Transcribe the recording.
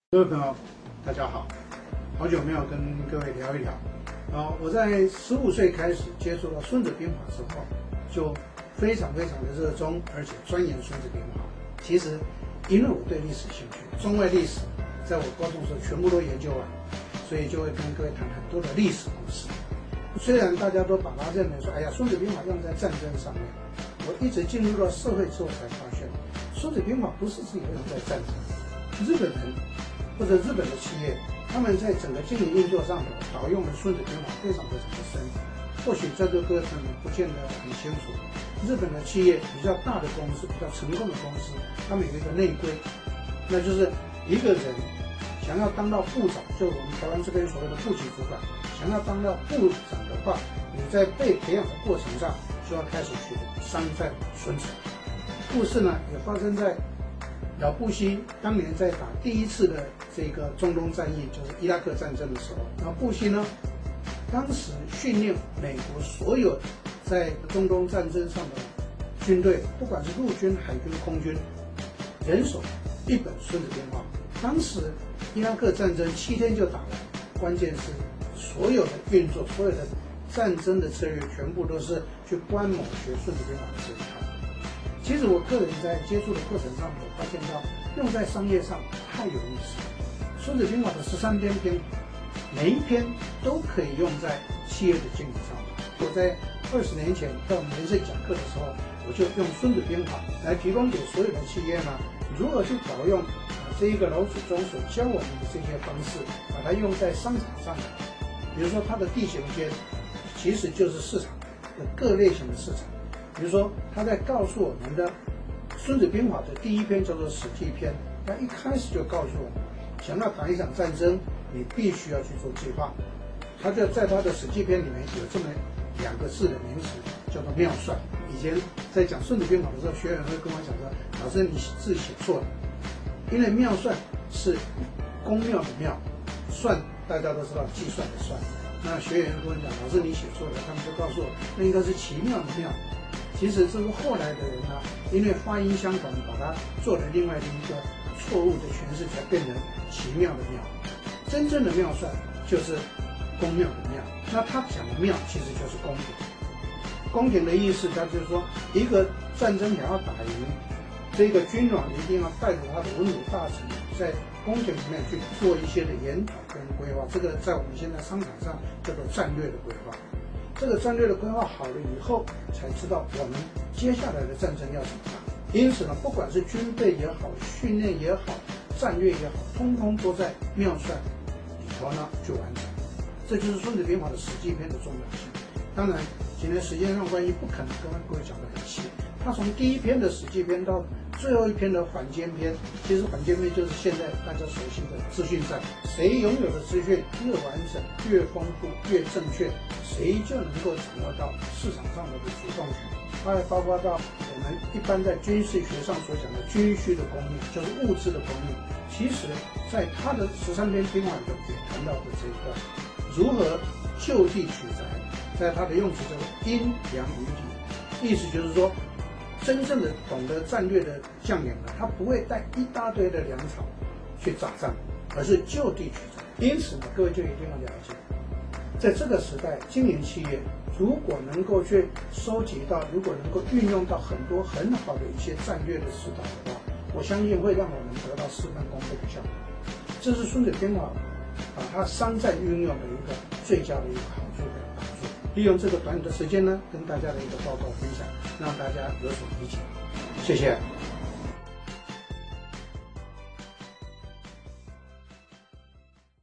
各位朋友，大家好，好久没有跟各位聊一聊。我在15岁开始接触到《孙子兵法》之后，就非常的热衷，而且钻研《孙子兵法》。其实，因为我对历史兴趣，中外历史在我高中时候全部都研究完，所以就会跟各位谈很多的历史故事。虽然大家都把它认为说，哎呀，《孙子兵法》用在战争上面，我一直进入到社会之后才发现，《孙子兵法》不是只有用在战争，日本人或者日本的企业，他们在整个经营运作上头导用了《孙子兵法》非常的深。或许在这个过程不见得很清楚。日本的企业比较大的公司、比较成功的公司，他们有一个内规，那就是一个人想要当到部长，就我们台湾这边所谓的部级主管，想要当到部长的话，你在被培养的过程上就要开始学商战《孙子》。故事呢也发生在老布希当年在打第一次的这个中东战役，就是伊拉克战争的时候，那布希呢，当时训练美国所有在中东战争上的军队，不管是陆军、海军、空军，人手一本《孙子兵法》。当时伊拉克战争7天就打完，关键是所有的运作、所有的战争的策略，全部都是去观摩学《孙子兵法》的这一套。其实我个人在接触的过程上，我发现到用在商业上太有意思了。《孙子兵法》的13篇兵法，每一篇都可以用在企业的经营上。我在20年前到联社讲课的时候，我就用《孙子兵法》来提供给所有的企业呢，如何去导用这一个老祖宗所教我们的这些方式，把它用在商场上。比如说它的地形间，其实就是市场的各类型的市场。比如说，他在告诉我们的《孙子兵法》的第一篇叫做《史记篇》，他一开始就告诉我们，想要打一场战争，你必须要去做计划。他就在他的《史记篇》里面有这么2个字的名词，叫做妙算。以前在讲《孙子兵法》的时候，学员会跟我讲说：“老师，你字写错了，因为妙算是公庙的庙，算大家都知道计算的算。”那学员跟我讲：“老师，你写错了。”他们就告诉我，那应该是奇妙的妙。其实这是后来的人呢，因为发音相同，把它做了另外的一个错误的诠释，才变成奇妙的妙。真正的妙算就是公庙的庙。那他讲的妙其实就是公平。公平的意思，他就是说，一个战争想要打赢，这个君王一定要带着他的文武大臣，在宫廷里面去做一些的研讨跟规划。这个在我们现在商场上叫做战略的规划。这个战略的规划好了以后，才知道我们接下来的战争要怎么打。因此呢，不管是军备也好，训练也好，战略也好，通通都在妙算里头呢去完成。这就是《孙子兵法》的史记篇的重要性。当然，今天时间上关系，不可能跟各位讲得很细。他从第一篇的史记篇到最后一篇的缓监篇，其实缓监篇就是现在大家熟悉的资讯战，谁拥有的资讯越完整、越丰富、越正确，谁就能够掌握到市场上的主动权。它还包括到我们一般在军事学上所讲的军需的供应，就是物资的供应。其实，在他的13篇兵法中也谈到的这一段，如何就地取材，在他的用词叫做阴阳于理，意思就是说，真正的懂得战略的将领呢，他不会带一大堆的粮草去打仗，而是就地取材。因此呢，各位就一定要了解，在这个时代，经营企业如果能够去收集到，如果能够运用到很多很好的一些战略的指导的话，我相信会让我们得到事半功倍的效果。这是孙子兵法把它商战运用的一个最佳的一个好处跟帮助。利用这个短的时间呢，跟大家的一个报告分享，让大家有所理解。谢谢。